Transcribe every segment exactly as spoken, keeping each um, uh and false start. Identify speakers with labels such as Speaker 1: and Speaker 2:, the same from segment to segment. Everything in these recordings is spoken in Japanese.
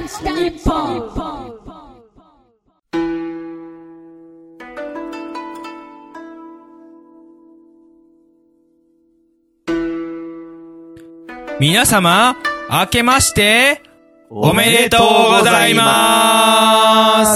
Speaker 1: 団地日本。
Speaker 2: 皆様、明けまして、おめでとうございます。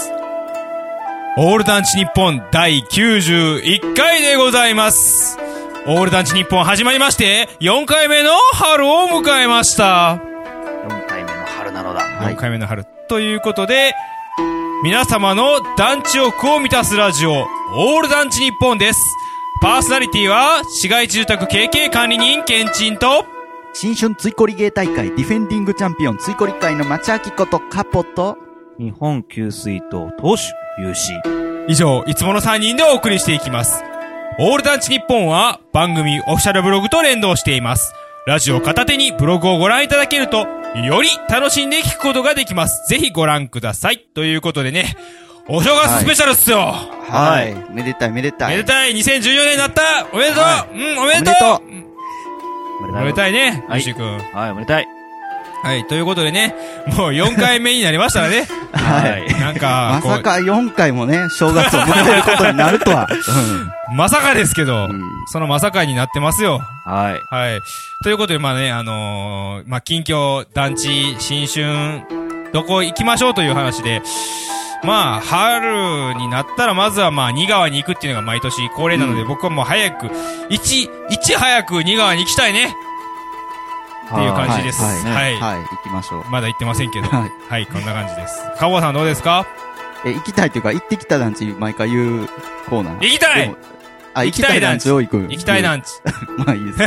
Speaker 2: オール団地日本だいきゅうじゅういっかいでございます。オール団地日本始まりまして、よんかいめの春を迎えました。
Speaker 3: よんかいめの春なのだ。
Speaker 2: よんかいめの春。ということで、皆様の団地欲を満たすラジオ、オール団地日本です。パーソナリティは、市街地住宅経営管理人、ケンチンと、
Speaker 4: 新春ついこり芸大会ディフェンディングチャンピオンついこり会の町明ことカポと
Speaker 3: 日本給水塔投手有志。
Speaker 2: 以上、いつものさんにんでお送りしていきます。オール団地日本は番組オフィシャルブログと連動しています。ラジオ片手にブログをご覧いただけると、より楽しんで聞くことができます。ぜひご覧ください。ということでね、お正月スペシャルっすよ。
Speaker 4: はい。はい、めでたいめでたい。
Speaker 2: めでたい。にせんじゅうよねんになった。おめでとう、はい、うん、おめでとう。おめでたいね、
Speaker 3: はい、
Speaker 2: ゆしくん。
Speaker 3: はい、おめでたい。
Speaker 2: はい、ということでね、もうよんかいめになりましたね。
Speaker 4: はい。
Speaker 2: なんか、
Speaker 4: まさかよんかいもね、正月を迎えることになるとは。
Speaker 2: うん、まさかですけど、
Speaker 4: うん、
Speaker 2: そのまさかになってますよ。
Speaker 3: はい。
Speaker 2: はい。ということで、まあね、あのー、まあ、近況、団地、新春、どこ行きましょうという話で、まあ、春になったら、まずはまあ、新川に行くっていうのが毎年恒例なので、うん、僕はもう早く、一、一早く新川に行きたいね。っていう感じです。
Speaker 4: はい。はい。
Speaker 2: はい。
Speaker 4: はい、行きましょう。
Speaker 2: まだ行ってませんけど。
Speaker 4: はい。
Speaker 2: はい、こんな感じです。かぼさんどうですか？
Speaker 4: え、行きたいというか、行ってきた団地、毎回言うコーナー。
Speaker 2: 行きたい！
Speaker 4: あ、行きたい団地を行く。
Speaker 2: 行きたい団地。
Speaker 4: まあいいですよ。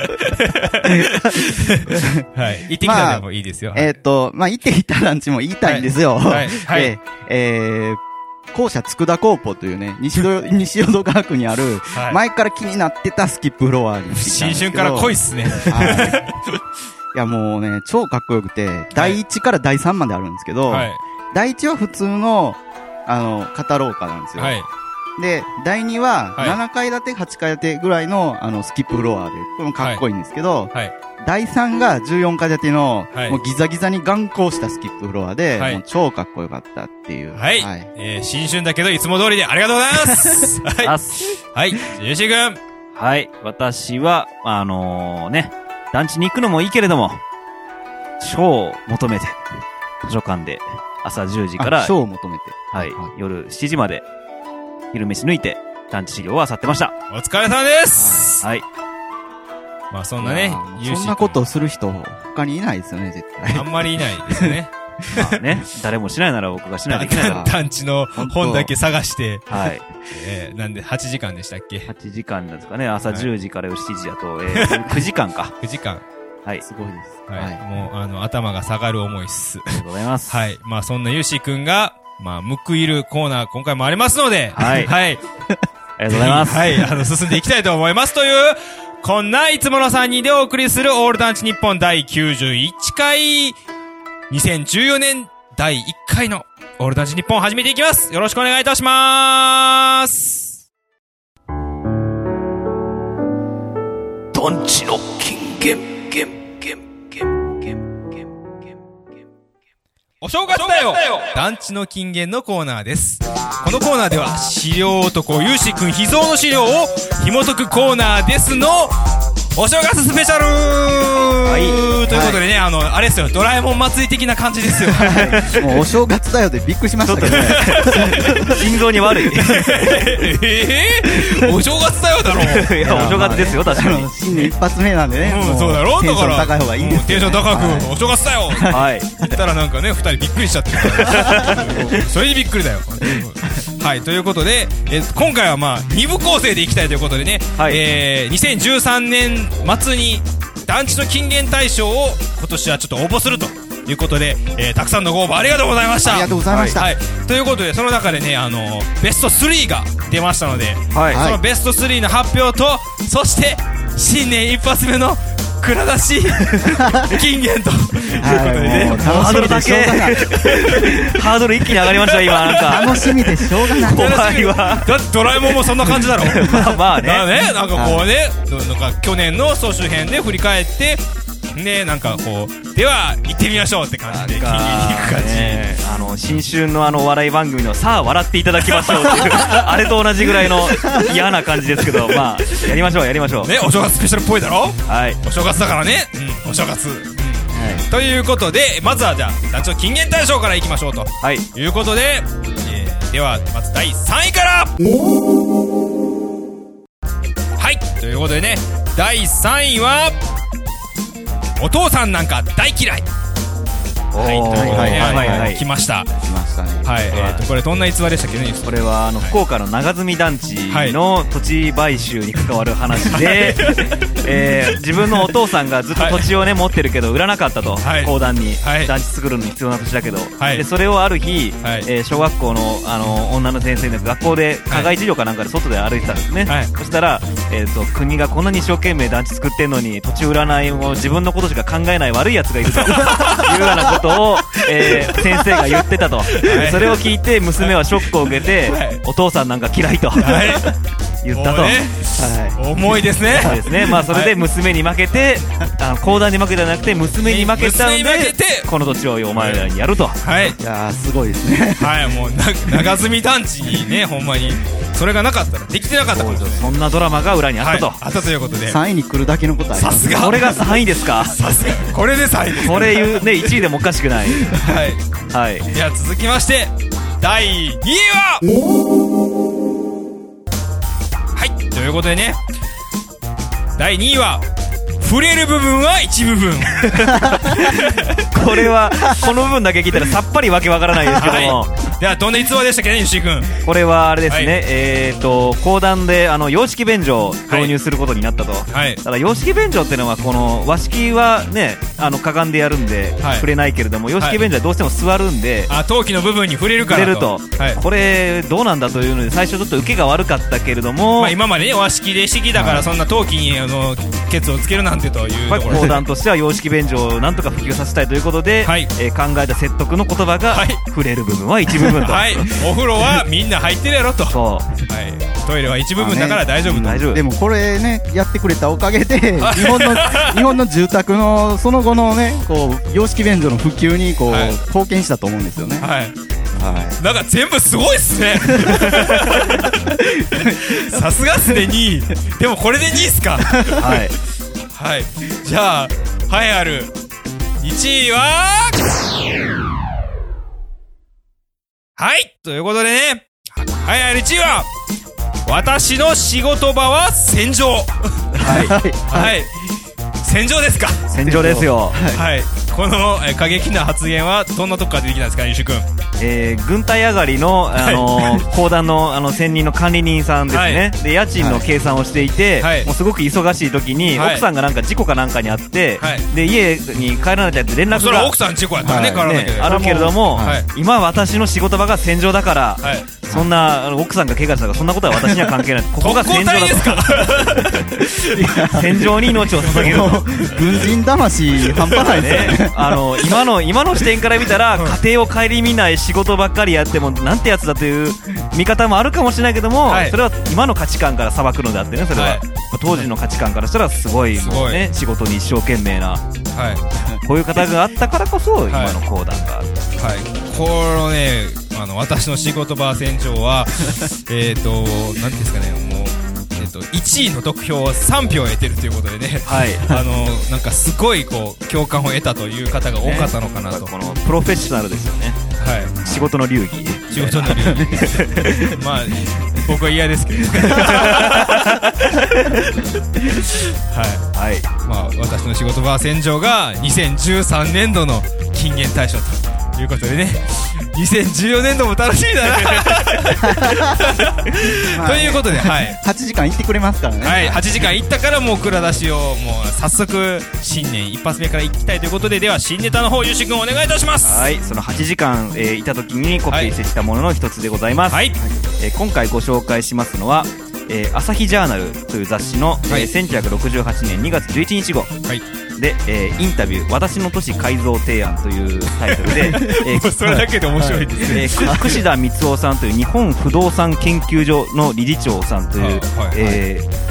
Speaker 2: はい。行ってきたでもいいですよ。
Speaker 4: まあ、えっ、ー、と、まあ行ってきた団地も言いたいんですよ。
Speaker 2: はい。はい。はい、
Speaker 4: えー、えー校舎つくだコーポというね、西戸、西淀川区にある、はい、前から気になってたスキップフロアに行ってきたんですけど。
Speaker 2: 新春から濃いっすね。
Speaker 4: はい。いやもうね、超かっこよくて、だいいちからだいさんまであるんですけど、はい、だいいちは普通の、あの、片廊下なんですよ。はい、で、だいにはななかいだて、はちかいだてぐらいの、あの、スキップフロアで、これもかっこいいんですけど、はいはい、だいさんがじゅうよんかいだての、はい、もうギザギザに眼光したスキップフロアで、はい、もう超かっこよかったっていう。
Speaker 2: はい。はい、えー、新春だけどいつも通りでありがとうございますはい。はい。ゆうしーくん。
Speaker 3: はい。私は、あのー、ね、団地に行くのもいいけれども、賞を求めて、図書館で朝じゅうじから、
Speaker 4: 賞を求めて。
Speaker 3: はい。夜しちじまで、昼飯抜いて、団地資料を漁ってました。
Speaker 2: お疲れ様です。
Speaker 3: はい。
Speaker 2: まあそんなね、
Speaker 4: そんなことをする人、他にいないですよね、絶対。
Speaker 2: あんまりいないですね。
Speaker 3: まあね、誰もしないなら僕がしないといけないから。
Speaker 2: 団地の本だけ探して。
Speaker 3: はい。
Speaker 2: えー、なんではちじかんでしたっけ ?はち
Speaker 3: 時間なんですかね。朝じゅうじからしちじだと、えー、くじかんか。
Speaker 2: くじかん。
Speaker 3: はい。
Speaker 4: すごいです。
Speaker 2: はい。はい、もう、あの、頭が下がる思いっす。
Speaker 3: ありがとうございます。
Speaker 2: はい。まあそんなゆうしーくんが、まあ、報いるコーナー今回もありますので。
Speaker 3: はい。
Speaker 2: はい。
Speaker 3: ありがとうございます。
Speaker 2: はい。あの、進んでいきたいと思いますという、こんないつものさんにんでお送りするオール団地日本だいきゅうじゅういっかい、にせんじゅうよねんだいいっかいのオール団地日本を始めていきます。よろしくお願いいたしまーす。
Speaker 3: 団地の金言、ゲン、ゲン、ゲン、ゲン、ゲン、ゲン、
Speaker 2: お正月だよ団地の金言のコーナーです。このコーナーでは資料男ゆうしくん秘蔵の資料を紐解くコーナーですのお正月スペシャル、はい、ということでね、はい、あのあれですよ、ドラえもん祭り的な感じですよ、
Speaker 4: はい、もうお正月だよでびっくりしましたけどね
Speaker 3: 心臓に悪い
Speaker 2: えー、お正月だよだろ
Speaker 3: いやお正月ですよ、確かに
Speaker 4: 新年一発目なんでね、
Speaker 2: うん、そうだろ、だから
Speaker 4: テンション高い方がいいです、ね、
Speaker 2: テンション高く、
Speaker 4: はい、
Speaker 2: お正月だよ
Speaker 3: はい
Speaker 2: 言ったらなんかねふたりびっくりしちゃってるそれにびっくりだよはい、ということで、えー、今回はまあに部構成でいきたいということでね、はい、えー、にせんじゅうさんねん末に団地の金言大賞を今年はちょっと応募するということで、えー、たくさんのご応募ありがとうございました。
Speaker 4: ありがとうございました、
Speaker 2: はいはい、ということでその中でね、あのー、ベストスリーが出ましたので、
Speaker 3: はい、
Speaker 2: そのベストスリーの発表と、そして新年一発目の蔵出し金言ということでね、
Speaker 3: ハードルだけハードル一気に上がりました今。なんか
Speaker 4: 楽しみでしょうがない。
Speaker 3: 怖いわ。だ
Speaker 2: ってドラえもんもそんな感じだろ
Speaker 3: まあまあね、
Speaker 2: だね、なんかこうね、なんか去年の総集編で振り返ってでなんかこうでは行ってみましょうって感じで聞きに行く感じ、
Speaker 3: ね、あの新春のあの笑い番組のさあ笑っていただきましょうっていうあれと同じぐらいの嫌な感じですけど、まあやりましょうやりましょう
Speaker 2: ね。お正月スペシャルっぽいだろ。
Speaker 3: はい、
Speaker 2: お正月だからね、うん、お正月、うん、はい、ということでまずはじゃあ団長金言大賞からいきましょうと、はい、いうことで、えー、ではまずだいさんいからはいということでね、だいさんいはお父さんなんか大嫌い。はい、ということでね、はいはいはい、来ました。来ましたね。はい、えーと、これどんな逸話でしたっけね。
Speaker 3: これはあの、はい、福岡の長住団地の土地買収に関わる話で、えー、自分のお父さんがずっと土地をね、はい、持ってるけど売らなかったと、はい、公団に、はい、団地作るのに必要な土地だけど、はい、でそれをある日、はい、えー、小学校の、あの女の先生の学校で課外授業かなんかで外で歩いてたんですね。はい、そしたら、えーと、国がこんなに一生懸命団地作ってんのに土地売らないも自分のことしか考えない悪いやつがいるというようなことを、えー、先生が言ってたと、はい、それを聞いて娘はショックを受けて、はい、お父さんなんか嫌いと、はい、言ったと、ね、
Speaker 2: はい、重いですね。
Speaker 3: そうですね。まあそれで娘に負けて、あの講談に負けたんじゃなくて娘に負けたんで、この土地をお前らにやると。
Speaker 4: はい、いやーすごいですね。
Speaker 2: はい、もうな長住団地にね、ほんまにそれがなかったらできてなかったことです。
Speaker 3: そんなドラマが裏にあったと、はい、
Speaker 2: あったということで
Speaker 4: さんいに来るだけのことあります。
Speaker 2: さすが
Speaker 3: これがさんいですか。
Speaker 2: さすがこれでさんいです。
Speaker 3: これ言うね、いちいでもおかしくない。
Speaker 2: はい、はい、では続きましてだいにいははいということでね、だいにいは触れる部分は一部分
Speaker 3: これはこの部分だけ聞いたらさっぱりわけわからないですけども、はい、
Speaker 2: ではどんな逸話でしたっけね、吉井君。
Speaker 3: これはあれですね、はい、えーと講談であの洋式便所を導入することになったと、はい、ただ洋式便所っていうのはこの和式はね、あのかがんでやるんで、はい、触れないけれども洋式便所はどうしても座るんで、
Speaker 2: はい、あ陶器の部分に触れるからと
Speaker 3: 触れると、はい、これどうなんだというので最初ちょっと受けが悪かったけれども、
Speaker 2: まあ、今までね和式で式だからそんな陶器にあのケツをつけるなんてというところで
Speaker 3: 講談としては洋式便所をなんとか普及させたいということで、はい、えー、考えた説得の言葉が、はい、触れる部分は一部分と、はい、
Speaker 2: お風呂はみんな入ってるやろとそう、はい、トイレは一部分だから大丈夫と、
Speaker 4: ね、でもこれねやってくれたおかげで日本の日本の住宅のその後のねこう洋式便所の普及にこう、はい、貢献したと思うんですよね。はい
Speaker 2: はい、なんか全部すごいっすねさすがっすねにい。でもこれでにいっすか。はいはい、じゃあ栄えあるいちいははいということでね、栄えあるいちいは私の仕事場は戦場。はいはい、戦場ですか。
Speaker 3: 戦場ですよ。
Speaker 2: はい、この、えー、過激な発言はどんなとこから出てきたんですか、西君。
Speaker 3: えー、軍隊上がりの、あのー、公団の、あの、専任の管理人さんですね。はい、で、家賃の計算をしていて、はい、もうすごく忙しい時に、はい、奥さんがなんか事故かなんかにあって、はい、で、家に帰らなきゃって連絡が。
Speaker 2: それは奥さん事故やったらね、はい、帰らなきゃ、
Speaker 3: ね、あるけれども、はい、今私の仕事場が戦場だから、はい、そんな、あの奥さんが怪我したから、そんなことは私には関係ない。ここが戦場だと。戦場に命を捧げる。
Speaker 4: 軍人魂半端ないですね。
Speaker 3: あの、今の、今の視点から見たら、家庭を顧みない仕事ばっかりやっても、なんてやつだという見方もあるかもしれないけども、はい、それは今の価値観から裁くのであってね、それは。はい、当時の価値観からしたら、すごい、もうね、仕事に一生懸命な、はい、こういう方があったからこそ、今の講談がある。
Speaker 2: はい。このね、あの、私の仕事場戦場は、えっと、なんていうんですかね、もう、えっと、いちいの得票をさんぴょう得てるということでね、はい、あのなんかすごいこう共感を得たという方が多かったのかなと、ね、
Speaker 3: このプロフェッショナルですよね、はい、仕事の流儀
Speaker 2: 仕事の流儀まあ僕は嫌ですけどはい、はい、まあ私の仕事場戦場がにせんじゅうさんねんどの金言大賞ということでね、にせんじゅうよねんども楽しみだなということで、はい、
Speaker 4: はちじかん行ってくれますからね。
Speaker 2: はい、はちじかん行ったからもう蔵出しをもう早速新年一発目から行きたいということで、では新ネタの方ゆうしくんお願いいたします。
Speaker 3: はい、そのはちじかん、えー、いた時にコピーしてきたものの一つでございます。はい、えー、今回ご紹介しますのは、えー、朝日ジャーナルという雑誌の、はい、えー、せんきゅうひゃくろくじゅうはちねんにがつじゅういちにち号、はい、で、えー、インタビュー私の都市改造提案というタイトルで、
Speaker 2: えー、それだけで面白いですね。
Speaker 3: えー、櫛田光夫さんという日本不動産研究所の理事長さんという、はいはい、えー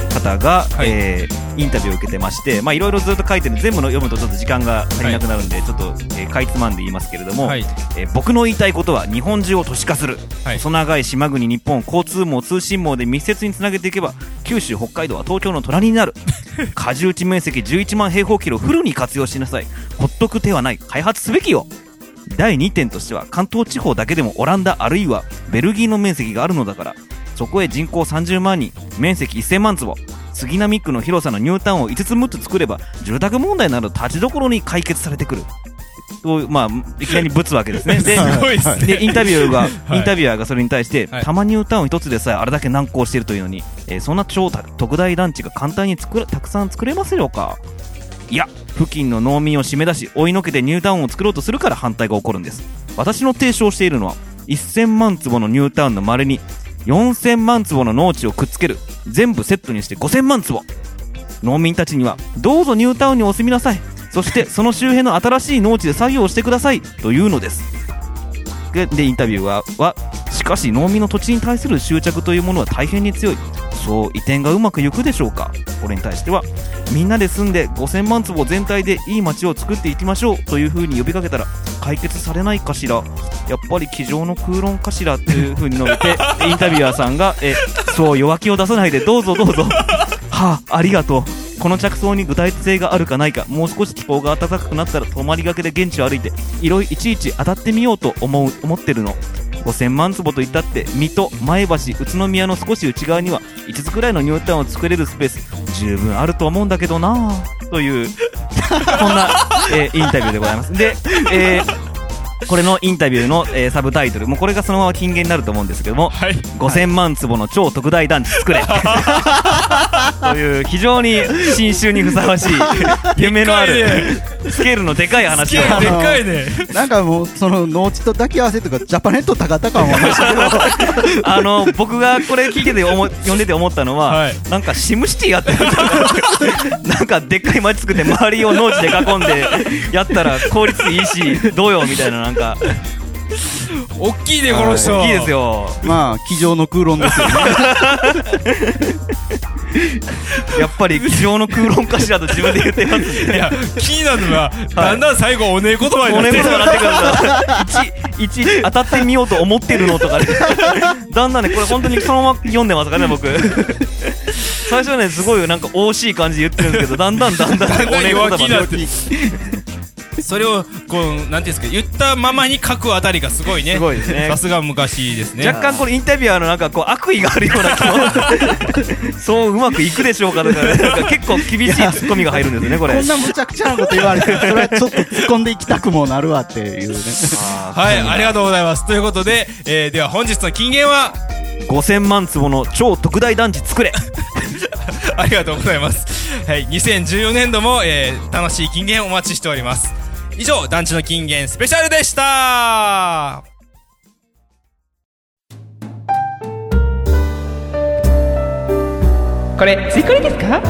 Speaker 3: 方が、はい、えー、インタビューを受けてまして、まあいろいろずっと書いてる、全部の読むとちょっと時間が足りなくなるんで、はい、ちょっと、えー、かいつまんで言いますけれども、はい、えー、僕の言いたいことは日本中を都市化する、はい、細長い島国日本を交通網通信網で密接につなげていけば九州北海道は東京の隣になる果樹地面積じゅういちまん平方キロをフルに活用しなさい。ほっとく手はない、開発すべきよ。だいにてんとしては関東地方だけでもオランダあるいはベルギーの面積があるのだから、そこへ人口さんじゅうまんにん、面積せんまんつぼ、杉並区の広さのニュータウンをいつつむっつ作れば住宅問題など立ちどころに解決されてくると、まあいきなりぶつわけですね。で、
Speaker 2: すごいですね。
Speaker 3: でインタビューが、はい、インタビュアーがそれに対して、はい、多摩ニュータウン一つでさえあれだけ難航しているというのに、えー、そんな超特大団地が簡単に作らたくさん作れますよか。いや、付近の農民を締め出し追いのけてニュータウンを作ろうとするから反対が起こるんです。私の提唱しているのはせんまん坪のニュータウンの稀によんせんまん坪の農地をくっつける、全部セットにしてごせんまん坪。農民たちにはどうぞニュータウンにお住みなさい、そしてその周辺の新しい農地で作業をしてくださいというのです。でインタビューははしかし農民の土地に対する執着というものは大変に強い。そう移転がうまくいくでしょうか。これに対してはみんなで住んでごせんまん坪全体でいい街を作っていきましょうという風に呼びかけたら解決されないかしら、やっぱり机上の空論かしらという風に述べてインタビュアーさんがえそう弱気を出さないでどうぞどうぞはあ、ありがとう。この着想に具体性があるかないか、もう少し気候が暖かくなったら泊まりがけで現地を歩いていろいちいち当たってみようと思う思ってるの。ごせんまん坪といったって水戸、前橋、宇都宮の少し内側にはいつつくらいのニュータウンを作れるスペース十分あると思うんだけどなぁというこんな、えー、インタビューでございます。で、えーこれのインタビューの、えー、サブタイトルもうこれがそのまま金言になると思うんですけども、はい、ごせんまん坪の超特大団地作れという非常に新春にふさわしい夢のあるスケールのでかい話を。
Speaker 2: でかいね。
Speaker 4: なんかもうその農地と抱き合わせとかジャパネット高々感はありましたけど
Speaker 3: あの僕がこれ聞いてて思読んでて思ったのは、はい、なんかシムシティやってるなんかでっかい街作って周りを農地で囲んでやったら効率いいしどうよみたいな、なんか
Speaker 2: 大きいねこの人。
Speaker 3: 大きいですよ。
Speaker 4: まあ机上の空論ですよね
Speaker 3: やっぱり机上の空論かしらと自分で言ってますね。
Speaker 2: いや気になるのが、はい、だんだん最後おねえ言葉になってる。
Speaker 3: おねえ言葉になってくるからいちいち当たってみようと思ってるのとかねだんだんねこれ本当にそのまま読んでますからね僕最初はねすごいなんか惜しい感じで言ってるんですけど、だんだんだんだんおねえ言葉になって
Speaker 2: それをこうなんていうんですか、言ったままに書くあたりがすごいね。
Speaker 3: すごいですね。
Speaker 2: さすが昔ですね。
Speaker 3: 若干このインタビュアーのなんかこう悪意があるような気もそううまくいくでしょうかとか、ね、なんか結構厳しいツッコミが入るんですよねこれ。
Speaker 4: こんな無茶苦茶なこと言われてそれはちょっと突っ込んでいきたくもなるわっていうね
Speaker 2: はい、ありがとうございます。ということで、えー、では本日の金言は
Speaker 3: ごせんまん坪の超特大団地作れ
Speaker 2: ありがとうございます。はい、にせんじゅうよねんども、えー、楽しい金言お待ちしております。以上、団地の金言スペシャルでした。
Speaker 1: これついこれですか？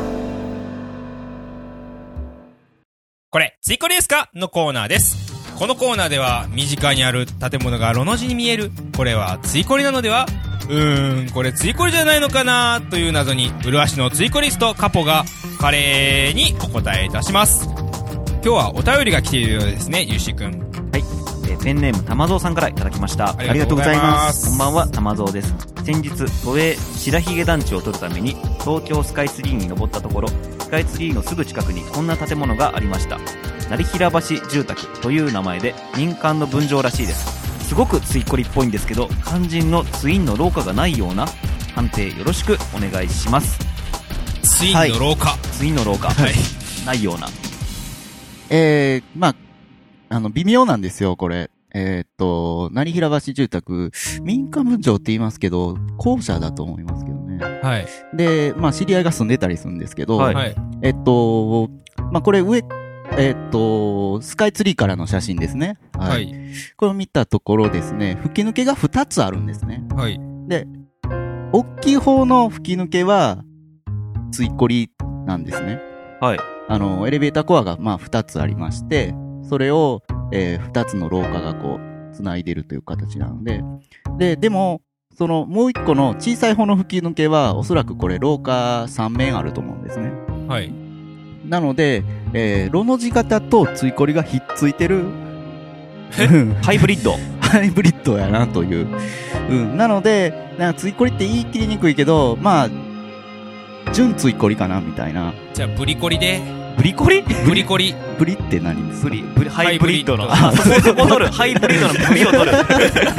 Speaker 2: これついこれですかのコーナーです。このコーナーでは身近にある建物がロの字に見える、これはついこりなのでは、うーんこれついこりじゃないのかなという謎に麗しのついこリストカポが華麗にお答えいたします。今日はお便りが来ているようですね、ゆうしくん。
Speaker 3: はい、えー、ペンネームたまぞうさんからいただきました。
Speaker 2: ありがとうございます。
Speaker 3: こんばんは、たまぞうです。先日都営白髭団地を撮るために東京スカイツリーに登ったところ、スカイツリーのすぐ近くにこんな建物がありました。成平橋住宅という名前で民間の分譲らしいです。すごくツイコリっぽいんですけど、肝心のツインの廊下がないような。判定よろしくお願いします。
Speaker 2: ツインの廊下、はい、
Speaker 3: ツインの廊下、はい、ないような。
Speaker 4: えー、まあ、あの、微妙なんですよ、これ。えー、っと、成平橋住宅、民間分譲って言いますけど、公社だと思いますけどね。
Speaker 2: はい。
Speaker 4: で、まあ、知り合いが住んでたりするんですけど、
Speaker 2: はい。
Speaker 4: えっと、まあ、これ上、えっと、スカイツリーからの写真ですね。はい。はい、これを見たところですね、吹き抜けがふたつあるんですね。
Speaker 2: はい。
Speaker 4: で、大きい方の吹き抜けは、ついこりなんですね。
Speaker 3: はい。
Speaker 4: あの、エレベーターコアが、まあ、二つありまして、それを、えー、二つの廊下がこう、繋いでるという形なので、で、でも、 そのもう一個の小さい方の吹き抜けはおそらくこれ廊下さん面あると思うんですね。
Speaker 2: はい。
Speaker 4: なので、えー、ロの字型とついこりがひっついてる
Speaker 3: ハイブリッド
Speaker 4: ハイブリッドやなという、うん、なのでなんかついこりって言い切りにくいけど、まあ純ついこりかなみたいな。
Speaker 2: じゃあブリコリで
Speaker 3: ブリコリ
Speaker 2: ブリコリ
Speaker 4: ブリって何ですか？
Speaker 3: ブリブリハイブリッドのあそこそこ取るハイブリッドのブリを取る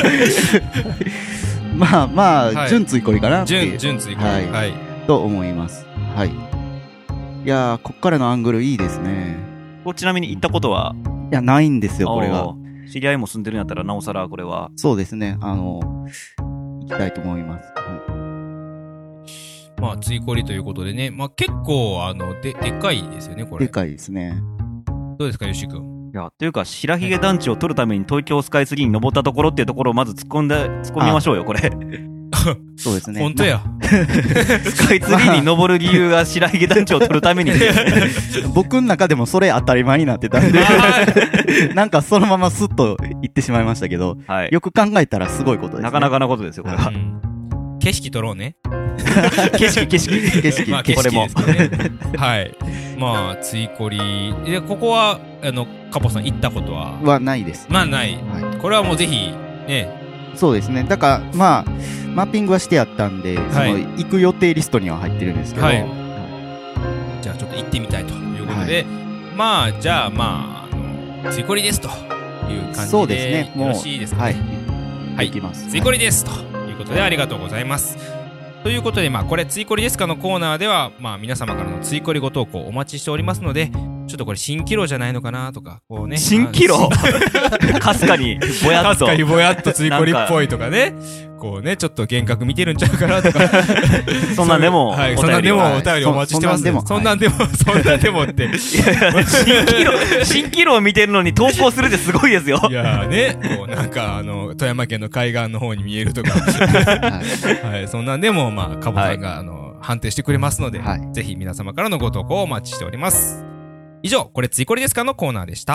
Speaker 4: まあまあ、
Speaker 2: はい、
Speaker 4: 純ついこりかなっていう
Speaker 2: 純純ついこり、
Speaker 4: はい、はい、と思います。はい。いやー、こっからのアングルいいですね。
Speaker 3: こちなみに行ったことは？
Speaker 4: いや、ないんですよ、これが。
Speaker 3: 知り合いも住んでるんやったら、なおさらこれは。
Speaker 4: そうですね、あの、行きたいと思います。
Speaker 2: はい、まあ、ついこりということでね、まあ結構、あの、で、でっかいですよね、これ。
Speaker 4: でかいですね。
Speaker 2: どうですか、よし君。
Speaker 3: いや、というか、白ひげ団地を取るために東京スカイツリーに登ったところっていうところをまず突っ込んで、突っ込みましょうよ、これ。
Speaker 4: そうですね。
Speaker 2: 本当や。
Speaker 3: スカイツリーに登る理由が白ひげ団地を取るために。
Speaker 4: 僕の中でもそれ当たり前になってたんで、なんかそのままスッと行ってしまいましたけど、はい、よく考えたらすごいことですね。
Speaker 3: なかなかなことですよ、これは。うん、
Speaker 2: 景色撮ろうね。
Speaker 3: 景色、景色。
Speaker 4: 景色。
Speaker 2: まあ、景色ですけどね。はい。まあ、ついこり。で、ここは、あの、カポさん行ったことは
Speaker 4: はないです。
Speaker 2: まあ、ない。はい、これはもうぜひ、ね。
Speaker 4: そうですね。だから、まあ、マッピングはしてあったんで、はい、その行く予定リストには入ってるんですけど、はい、
Speaker 2: じゃあちょっと行ってみたいということで、はい、まあじゃあまあ、あのついこりですという感じで、そうですね、もうよろしいですかね。はい、行きます。ついこりです、はい、ということでありがとうございます。ということで、まあこれついこりですかのコーナーでは、まあ皆様からのついこりご投稿お待ちしておりますので、ちょっとこれ蜃気楼じゃないのかなとか、こうね。
Speaker 3: 蜃気楼かすかにぼやっと。
Speaker 2: かすかにぼやっとついこりっぽいとかね。こうね、ちょっと幻覚見てるんちゃうかなとか。
Speaker 3: そんなんでも、
Speaker 2: はい、そんなんでもお便りお待ちしてますね。そんなんでも、そんなんでもって。
Speaker 3: 蜃気楼、蜃気楼見てるのに投稿するってすごいですよ。
Speaker 2: いやーね、こうなんかあの、富山県の海岸の方に見えるとか。はい、そんなんでも、まあ、カボさんが、あの、判定してくれますので、ぜひ皆様からのご投稿をお待ちしております。以上、これついこりですかのコーナーでした。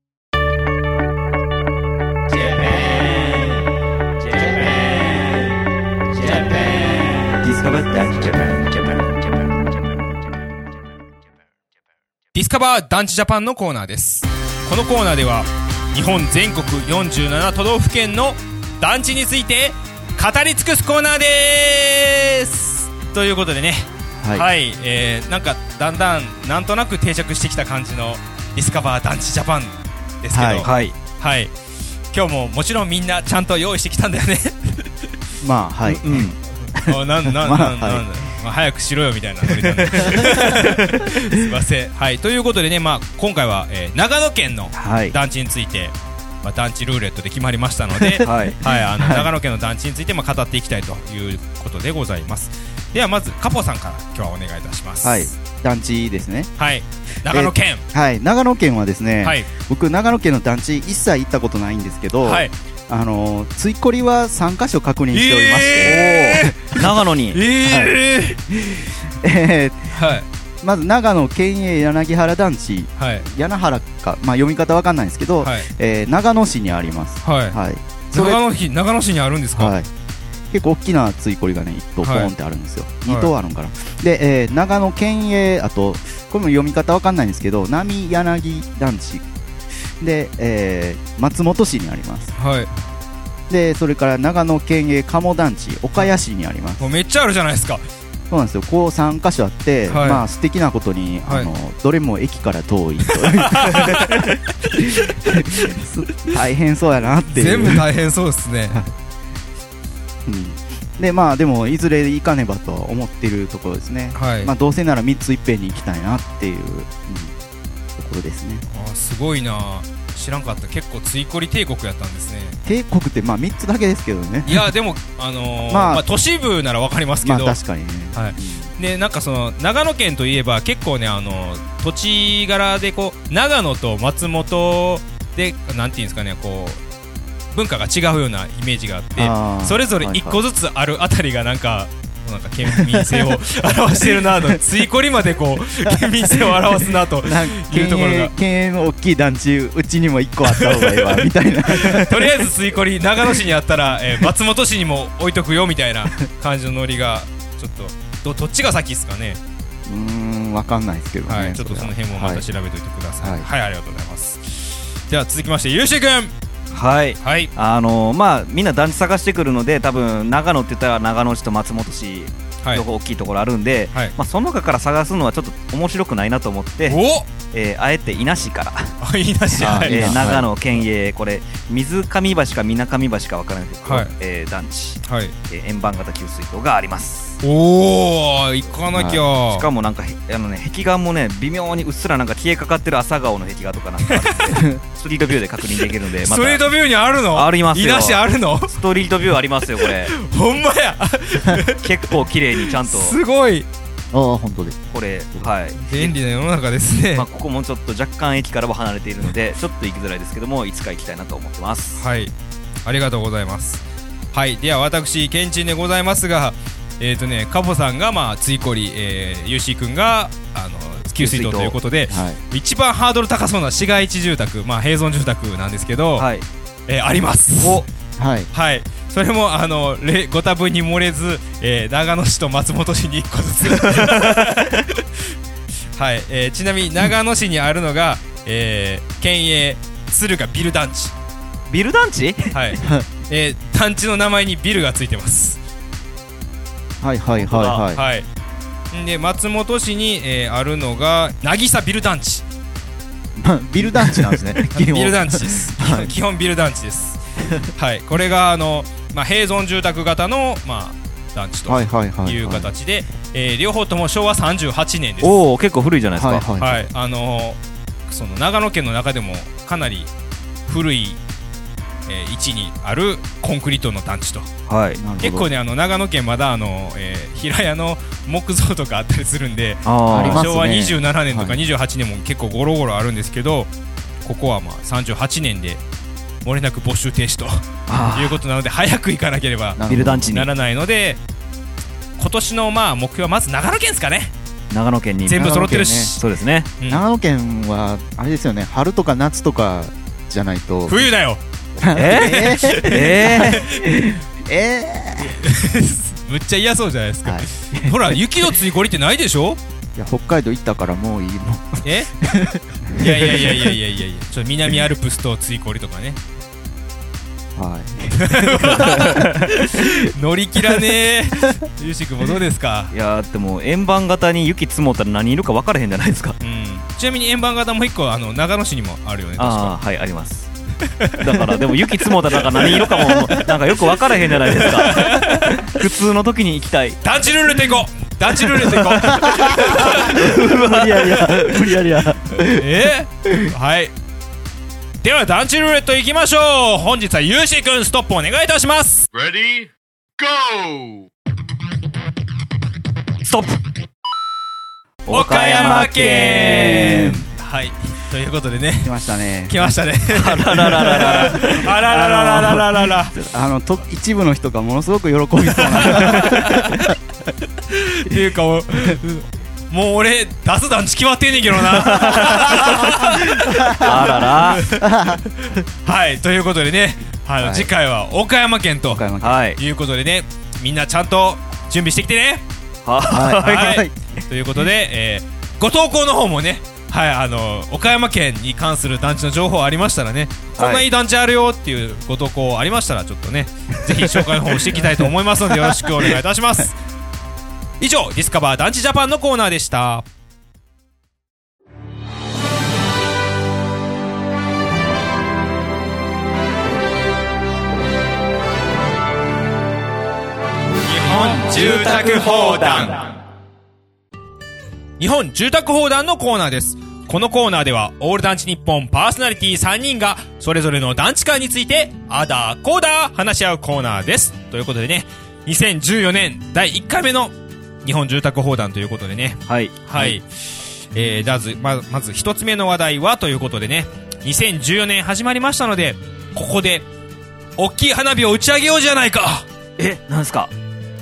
Speaker 2: ディスカバー団地ジャパンのコーナーです。このコーナーでは日本全国よんじゅうなな都道府県の団地について語り尽くすコーナーでーす。ということでね、はい、はい、えー、なんかだんだんなんとなく定着してきた感じのディスカバー団地ジャパンですけど、はいはい、はい、今日ももちろんみんなちゃんと用意してきたんだよね。
Speaker 4: まあはい、うん、
Speaker 2: あ、なんなんなん、まあ、なんだ、はい、まあ、早くしろよみたいなノリなんで。すいません。はい、ということでね、まあ今回は、えー、長野県の団地について、はい、まあ、団地ルーレットで決まりましたので、はい、はい、あの、はい、長野県の団地についてまあ語っていきたいということでございます。ではまずカポさんから今日はお願いいたします。
Speaker 4: はい、団地ですね。
Speaker 2: はい、長野県、
Speaker 4: えー、はい、長野県はですね、はい、僕長野県の団地一切行ったことないんですけど、はい、あのー、ついこりはさんかしょ確認しておりまして、
Speaker 3: えー、長野に、えー
Speaker 4: はいえーはい、まず長野県営柳原団地、はい、柳原か、まあ、読み方わかんないんですけど、はい、えー、長野市にあります、はいはい、
Speaker 2: 長野市、長野市にあるんですか。はい、
Speaker 4: 結構大きなついこりがねいっとうポーンってあるんですよ、はい、にとうあるんかな、で、えー、長野県営、あとこれも読み方わかんないんですけど並柳団地で、えー、松本市にあります、はい、でそれから長野県営鴨団地岡谷市にあります。
Speaker 2: もうめっちゃあるじゃないですか。
Speaker 4: そうなんですよ、こうさんかしょあって、はい、まあ素敵なことに、はい、あのどれも駅から遠いと大変そうやなっていう。
Speaker 2: 全部大変そうですね。
Speaker 4: うん、でまあでもいずれ行かねばと思っているところですね、はい、まあどうせならみっついっぺんに行きたいなっていう、うん、ところですね。
Speaker 2: あ、すごいな、知らんかった。結構ついこり帝国やったんですね。
Speaker 4: 帝国ってまあみっつだけですけどね。
Speaker 2: いやでもあのーまあ、まあ都市部ならわかりますけど、
Speaker 4: まあ確かにね、
Speaker 2: はい、でなんかその長野県といえば結構ね、あの土地柄でこう長野と松本でなんていうんですかね、こう文化が違うようなイメージがあって、あ、それぞれいっこずつあるあたりがなんかなんか県民性を表してるなと、ついこりまでこう県民性を表すなというところが、
Speaker 4: 県営の大きい団地うちにもいっこあった方がいいわみたいな
Speaker 2: とりあえずついこり長野市にあったら、えー、松本市にも置いとくよみたいな感じのノリがちょっと ど, どっちが先ですかね。
Speaker 4: うーん分かんないですけどね、
Speaker 2: はい、ちょっとその辺もまた調べておいてください。はい、はい、ありがとうございます。では続きましてゆうしくん。
Speaker 3: はい、はい、あのー、まあみんな団地探してくるので、多分長野って言ったら長野市と松本市両方大きいところあるんで、はい、まあ、その中から探すのはちょっと面白くないなと思って、お、えー、あえて伊那市から
Speaker 2: 伊那市、
Speaker 3: はい、えー、長野県営これ水上橋か水上橋か分からないけど、はい、えー、団地、はい、えー、円盤型給水塔があります。
Speaker 2: おー、行かなきゃ、
Speaker 3: はい、しかもなんかあの、ね、壁画もね微妙にうっすらなんか消えかかってる朝顔の壁画とかなんかあってストリートビューで確認できるので、ま、
Speaker 2: ストリートビューにあるの？
Speaker 3: ありますよ。
Speaker 2: 伊那市あるの？
Speaker 3: ストリートビューありますよこれ
Speaker 2: ほんまや
Speaker 3: 結構綺麗にちゃんと
Speaker 2: すごい。
Speaker 4: ああ本当です。
Speaker 3: これ、はい、
Speaker 2: 便利な世の中ですね。
Speaker 3: まあ、ここもちょっと若干駅からは離れているのでちょっと行きづらいですけども、いつか行きたいなと思ってます。
Speaker 2: はい、ありがとうございます。はい、では私ケンチンでございますが、えーとね、カボさんがまあついこり、えー、ユーシー君があの給水塔ということで、はい、一番ハードル高そうな市街地住宅、まあ、併存住宅なんですけど、はい、えー、あります。
Speaker 3: お、
Speaker 2: はい、はい、それもあのご多分に漏れず、えー、長野市と松本市にいっこずつはい、えー、ちなみに長野市にあるのが、えー、県営敦賀ビル団地。
Speaker 3: ビル団地
Speaker 2: はい、えー、団地の名前にビルがついてます。
Speaker 4: はいはいはいはい、
Speaker 2: はい、で松本市に、えー、あるのが渚ビル団地
Speaker 4: ビル団地なんですね
Speaker 2: ビル団地です、はい、基本ビル団地ですはい、これがあの、まあ、併存住宅型の、まあ、団地という形で、えー、両方ともしょうわさんじゅうはちねんです。
Speaker 3: おお、結構古いじゃないですか。
Speaker 2: はい、はいはい、あのー、その長野県の中でもかなり古いえー、位置にあるコンクリートの団地と、はい、結構ねあの長野県まだあの、えー、平屋の木造とかあったりするんで、ああしょうわにじゅうななねんとかにじゅうはちねんも結構ゴロゴロあるんですけど、はい、ここはまあさんじゅうはちねんで漏れなく没収停止ということなので早く行かなければならないので、今年のまあ目標はまず長野県ですかね。
Speaker 3: 長野県に
Speaker 2: 全部揃ってるし、
Speaker 3: ね、そうですね、
Speaker 4: うん、長野県はあれですよね、春とか夏とかじゃないと。
Speaker 2: 冬だよ
Speaker 3: えー、え
Speaker 4: ー、え
Speaker 2: ー、むっちゃ嫌そうじゃないですか、はい、ほら雪のついこりってないでしょ。
Speaker 4: いや北海道行ったからもういいの
Speaker 2: えいやいやいやいやいやいやいやちょっと南アルプスとついこりとかね
Speaker 4: はい
Speaker 2: 乗り切らねーゆうしくんもどうですか。
Speaker 3: いやでも円盤型に雪積もったら何いるか分からへんじゃないですか、
Speaker 2: うん、ちなみに円盤型も一個あの長野市にもあるよね。確か
Speaker 3: あはいありますだからでも雪積もったらなんか何色かもなんかよく分からへんじゃないですか普通の時に行きたい。
Speaker 2: 団地ルーレット行こう団地ルーレット行こ
Speaker 4: う無理やりや無理やりや
Speaker 2: えー、はいでは団地ルーレット行きましょう。本日はゆうしくんストップお願いいたします。
Speaker 1: Ready Go
Speaker 3: ストップ。
Speaker 2: 岡山県はいということでね
Speaker 4: 来ましたね
Speaker 2: 来ましたね
Speaker 3: あららららら
Speaker 2: あらららららららら
Speaker 4: あのと一部の人がものすごく喜びそうな
Speaker 2: っていうかもうもう俺出す団地決まってんねんけどな
Speaker 3: あらら
Speaker 2: はいということでねあの、はい、次回は岡山県ということでね、みんなちゃんと準備してきてね。
Speaker 3: はい、
Speaker 2: はいはい、ということで、えー、ご投稿の方もねはい、あの岡山県に関する団地の情報ありましたらね、はい、こんないい団地あるよっていうご投稿ありましたらちょっとねぜひ紹介の方をしていきたいと思いますのでよろしくお願いいたします以上ディスカバー団地ジャパンのコーナーでした。日本住宅砲弾日本住宅砲弾のコーナーです。このコーナーではオール団地日本パーソナリティさんにんがそれぞれの団地間についてあだこうだ話し合うコーナーです。ということでねにせんじゅうよねんだいいっかいめの日本住宅砲弾ということでね
Speaker 3: はい
Speaker 2: はい、はい、えー、まずま、まず一つ目の話題はということでねにせんじゅうよねん始まりましたのでここで大きい花火を打ち上げようじゃないか。
Speaker 3: えなんですか。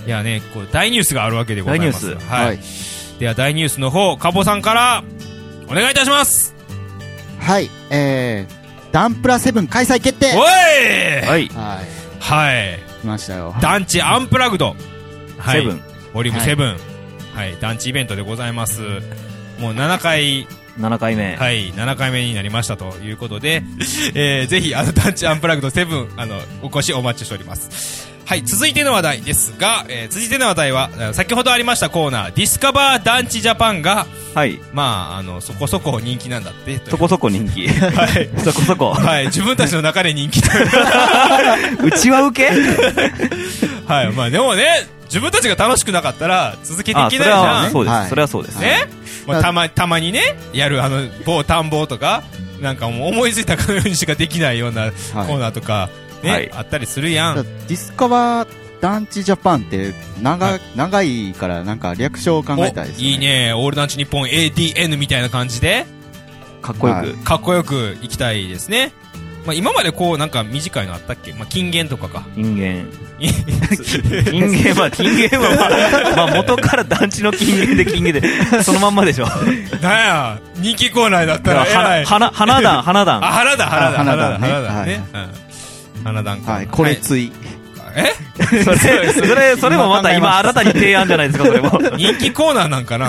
Speaker 2: いやね、こう大ニュースがあるわけでございます。
Speaker 3: 大ニュース。
Speaker 2: はい。はい、では大ニュースの方、カボさんからお願いいたします。
Speaker 4: はい、えー、ダンプラセブン開催決定。
Speaker 2: おい。
Speaker 3: はい。
Speaker 2: はい。はい。
Speaker 4: 来ましたよ。
Speaker 2: 団地アンプラグド。
Speaker 3: はい。セブン。
Speaker 2: ボリュームセブン。はい。団地イベントでございます。もうななかい。
Speaker 3: ななかいめ。
Speaker 2: はい、ななかいめになりましたということで、えー、ぜひ、あの、団地アンプラグドセブン、あの、お越しお待ちしております。はい、続いての話題ですが、えー、続いての話題は、先ほどありましたコーナー、ディスカバー団地ジャパンが、
Speaker 3: はい。
Speaker 2: まあ、あの、そこそこ人気なんだって。
Speaker 3: そこそこ人気。
Speaker 2: はい。
Speaker 3: そこそこ。
Speaker 2: はい、自分たちの中で人気という。
Speaker 3: うちは受け
Speaker 2: はい、まあでもね、自分たちが楽しくなかったら続けていけないじゃん。
Speaker 3: そうです。それはそうです。
Speaker 2: ね。まあ、たま、たまにね、やるあの、某田んぼとか、なんかもう思いついたかのようにしかできないようなコーナーとか、ね、はい、あったりするやん。
Speaker 4: ディスカバー団地ジャパンって長、はい、長いからなんか略称を考えたいですね。
Speaker 2: いいね。オール団地日本 エーディーエヌ みたいな感じで、
Speaker 3: かっこよく、はい、
Speaker 2: かっこよくいきたいですね。まあ、今までこうなんか短いのあったっけ？まあ、金言とかか。
Speaker 3: 金言。金言は、金言は、まあ、まあ、元から団地の金言で金言で、そのまんまでしょ。
Speaker 2: なんや、人気コーナーだったら、
Speaker 3: は、花、花壇、花壇。
Speaker 2: あ、花壇、花壇、
Speaker 4: 花壇、
Speaker 2: 花壇ね。花壇
Speaker 4: はい、これつい。
Speaker 2: え
Speaker 3: それ、それ、それもまた今新たに提案じゃないですか、それも。
Speaker 2: 人気コーナーなんかな。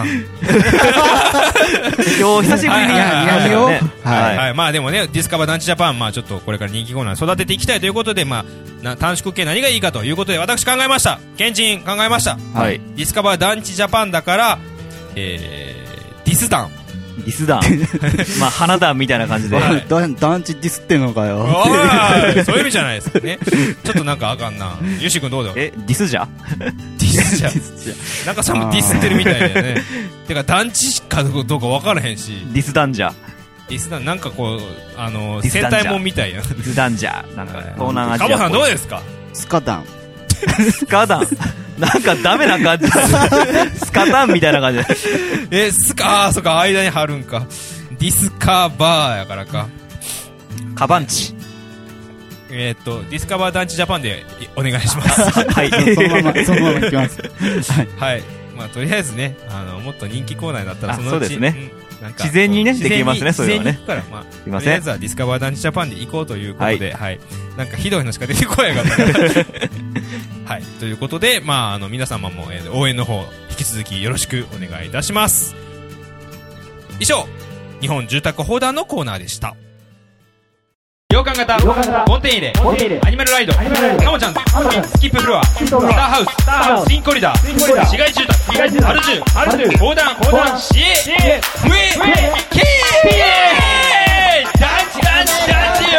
Speaker 3: 今日久しぶりに。
Speaker 2: はいよ。はい。まあでもね、ディスカバー団地ジャパン、まあちょっとこれから人気コーナー育てていきたいということで、まあ、な短縮系何がいいかということで私考えました。ケンチン考えました。
Speaker 3: はい。
Speaker 2: ディスカバー団地ジャパンだから、えー、ディス団。
Speaker 3: ディス団。まあ、花壇みたいな感じで。
Speaker 4: 団地ディスってんのかよ。
Speaker 2: そういう意味じゃないですかね。ちょっとなんかあかんな。ヨシ君どうだよ。
Speaker 3: え、ディスじゃ
Speaker 2: ディスじゃ。なんかさもディスってるみたいだよね。てか団地かどうか分からへんし。
Speaker 3: ディス団じゃ。
Speaker 2: ディス団、なんかこう、あの、戦隊もんみたいや。
Speaker 3: ディス団じゃ。なんか、東南アジア。
Speaker 2: カボさんどうですか？
Speaker 4: スカ団。
Speaker 3: スカ団。なんかダメな感じ。スカタンみたいな感じ。
Speaker 2: え、スカ、あー、そっか、間に貼るんか。ディスカバーやからか。
Speaker 3: カバンチ。
Speaker 2: えっと、ディスカバー団地ジャパンでお願いします。
Speaker 3: はい。
Speaker 4: そのまま、そのままいきます。
Speaker 2: はい。はい。まあ、とりあえずね、あの、もっと人気コーナーになったら、そのうち。
Speaker 3: そうですね。なんか自然にね、できますね、それはね。
Speaker 2: から、まあ、すいません。とりあえずはディスカバー団地ジャパンで行こうということで、はい。なんかひどいのしか出てこないかったから。はい。ということで、まあ、あの、皆様も、えー、応援の方、引き続きよろしくお願いいたします。以上、日本住宅砲弾のコーナーでした。洋館型、コンテイレ、アニマルライド、カモちゃん、スキップフロア、スターハウス、ツインコリダー、市街住宅、アルジュ、砲弾、シエ、ウェイ、キー団地、団地、団地、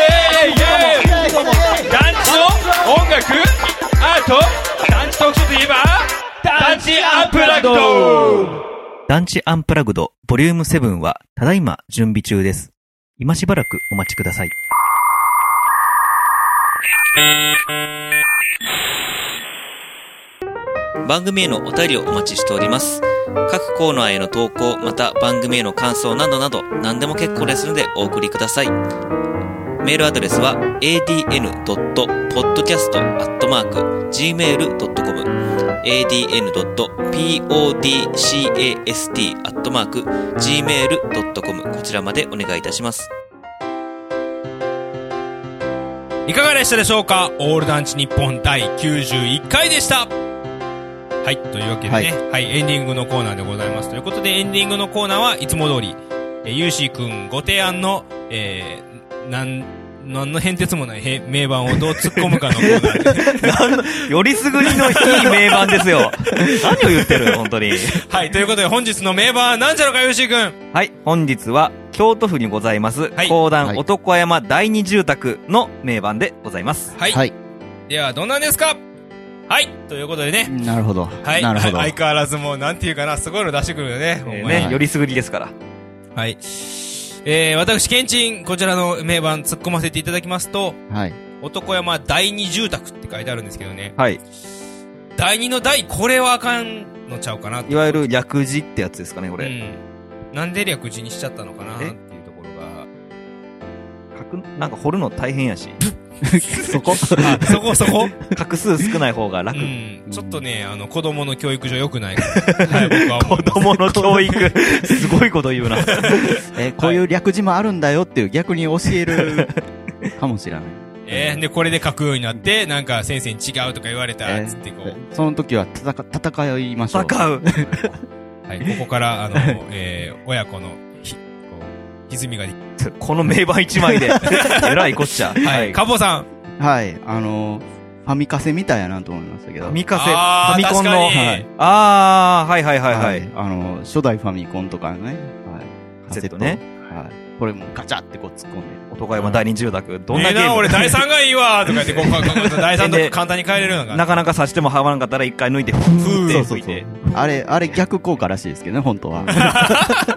Speaker 2: 団地の音楽、アート、団地特集といえば、団地アンプラグド。
Speaker 3: 団地アンプラグドボリュームセブンはただいま準備中です。今しばらくお待ちください。番組へのお便りをお待ちしております。各コーナーへの投稿、また番組への感想などなど何でも結構ですのでお送りください。メールアドレスは エーディーエヌドットポッドキャストアットマークジーメールドットコム エーディーエヌドットポッドキャストアットマークジーメールドットコム こちらまでお願いいたします。
Speaker 2: いかがでしたでしょうか。オール団地日本だいきゅうじゅういっかいでした。はい、というわけでね、はい、はい、エンディングのコーナーでございます。ということでエンディングのコーナーはいつも通り、えー、ゆうしーくんご提案の、えー、なん何の変哲もない名盤をどう突っ込むかのコーナー
Speaker 3: でよりすぐりのいい名盤ですよ。何を言ってる本当に。
Speaker 2: はい、ということで本日の名盤は何じゃろうか、よしーくん。
Speaker 3: はい、本日は京都府にございます、はい、公団男山第二住宅の名盤でございます。
Speaker 2: はい、はい、ではどんなんですか。はい、ということでね。
Speaker 4: なるほど。
Speaker 2: はい、
Speaker 4: なるほど。
Speaker 2: 相変わらずもうなんていうかな、すごいの出してくるよね。
Speaker 3: えー、ね、はい、よりすぐりですから。
Speaker 2: はい。えー、私、ケンチン、こちらの名盤突っ込ませていただきますと、
Speaker 4: はい。
Speaker 2: 男山第二住宅って書いてあるんですけどね。
Speaker 3: はい。
Speaker 2: 第二の第、これはあかんのちゃうかな。
Speaker 3: いわゆる略字ってやつですかね、これ。うん。
Speaker 2: なんで略字にしちゃったのかなっていうところが。
Speaker 3: 書く、なんか掘るの大変やし。
Speaker 4: そこ
Speaker 2: そこそこ
Speaker 3: 画数少ない方が楽。
Speaker 2: うん。ちょっとね、あの、子供の教育上良くないから。はい、僕は思
Speaker 3: 子供の教育、すごいこと言うな。
Speaker 4: え、こういう略字もあるんだよっていう逆に教えるかもしれない。
Speaker 2: えー、で、これで書くようになって、なんか先生に違うとか言われたら、つってこう、
Speaker 4: えー。その時は戦、戦いましょう。
Speaker 3: 戦う。
Speaker 2: はい、ここから、あの、えー、親子の、ひ、こう、歪みができる。
Speaker 3: この名盤一枚で、えらいこっちゃ。
Speaker 2: はい。カボさ
Speaker 4: ん。はい、あの、ファミカセみたいやなと思いましたけど。
Speaker 3: ファミカセ、ファミコンの、はい。あー、はいはいはいはい。
Speaker 4: あの、初代ファミコンとかね。はい。
Speaker 3: カセットね。
Speaker 4: はい。これもガチャってこう突っ込んで。
Speaker 3: 男山第二住宅。どんなゲーム？
Speaker 2: ええな、俺第三がいいわとか言って、こう、第三と簡単に変えれるのが。
Speaker 3: なかなか刺してもはまらんかったら一回抜いて、ふーって吹いて。
Speaker 4: あれ、あれ逆効果らしいですけどね、本当は。
Speaker 2: はい、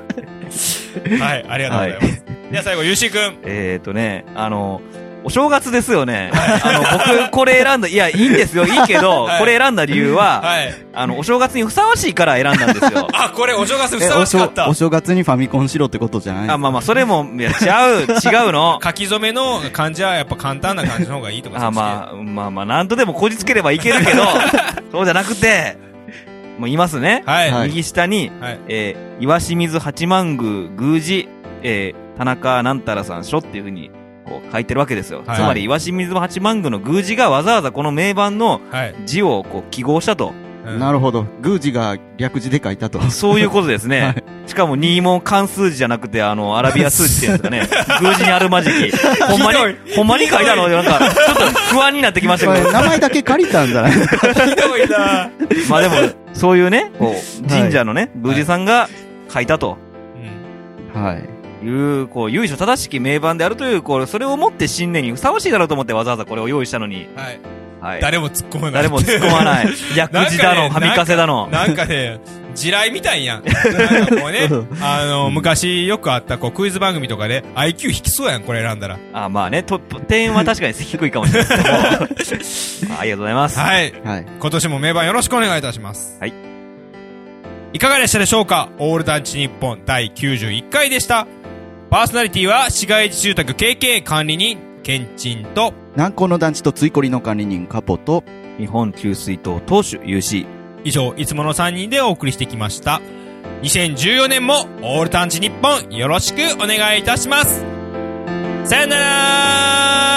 Speaker 2: ありがとうございます。では最後、ゆうしーくん。
Speaker 3: えーとね、あの、お正月ですよね。あの、僕、これ選んだ、いや、いいんですよ、いいけど、はい、これ選んだ理由は、はい、あの、お正月にふさわしいから選んだんですよ。
Speaker 2: あ、これお正月にふさわしかった。
Speaker 4: お正月にファミコンしろってことじゃない？
Speaker 3: あ、まあまあ、それも、いや、違う、違うの。
Speaker 2: 書き初めの漢字はやっぱ簡単な漢字の方がいいとか。
Speaker 3: あ、まあ、まあまあ、なんとでもこじつければいけるけど、そうじゃなくて、もう言いますね。はい。右下に、はい、えー、岩清水八幡宮宮司、えー、田中なんたらさん書っていうふうに、こう書いてるわけですよ。はい、つまり、岩清水八幡宮の宮司がわざわざこの名盤の字をこう記号したと。
Speaker 4: はい、なるほど。宮司が略字で書いたと。
Speaker 3: そういうことですね。はい、しかもに問漢数字じゃなくて、あの、アラビア数字ってやつがね、宮司にあるまじき。ほんまに、ほんまに書いたのなんか、ちょっと不安になってきましたけど。
Speaker 4: 名前だけ借りたんじゃないひ
Speaker 2: どいな
Speaker 3: まあでも、そういうね、こう、神社のね、宮司さんが書いたと。
Speaker 4: うん。はい。
Speaker 3: いう、こう、由緒正しき名盤であるという、こう、それをもって新年にふさわしいだろうと思ってわざわざこれを用意したのに。
Speaker 2: はい。はい。誰も突っ込まない。
Speaker 3: 誰も突っ込まない。略字だの、ファミカセだの。
Speaker 2: なんかね、地雷みたいやん。なんかこうね、あの、昔よくあったこうクイズ番組とかで アイキュー 引きそうやん、これ選んだら。
Speaker 3: あ、まあね、トップ、点は確かに低いかもしれないですけども。ありがとうございます。
Speaker 2: はい。はい。今年も名盤よろしくお願いいたします。はい。いかがでしたでしょうか？オール団地日本だいきゅうじゅういっかいでした。パーソナリティは市街地住宅 ケーケー 管理人、ケンチンと、
Speaker 4: 南高の団地とついこりの管理人、カポと、
Speaker 3: 日本給水塔当主、ユーシー。
Speaker 2: 以上、いつものさんにんでお送りしてきました。にせんじゅうよねんもオール団地日本よろしくお願いいたします。さよならー。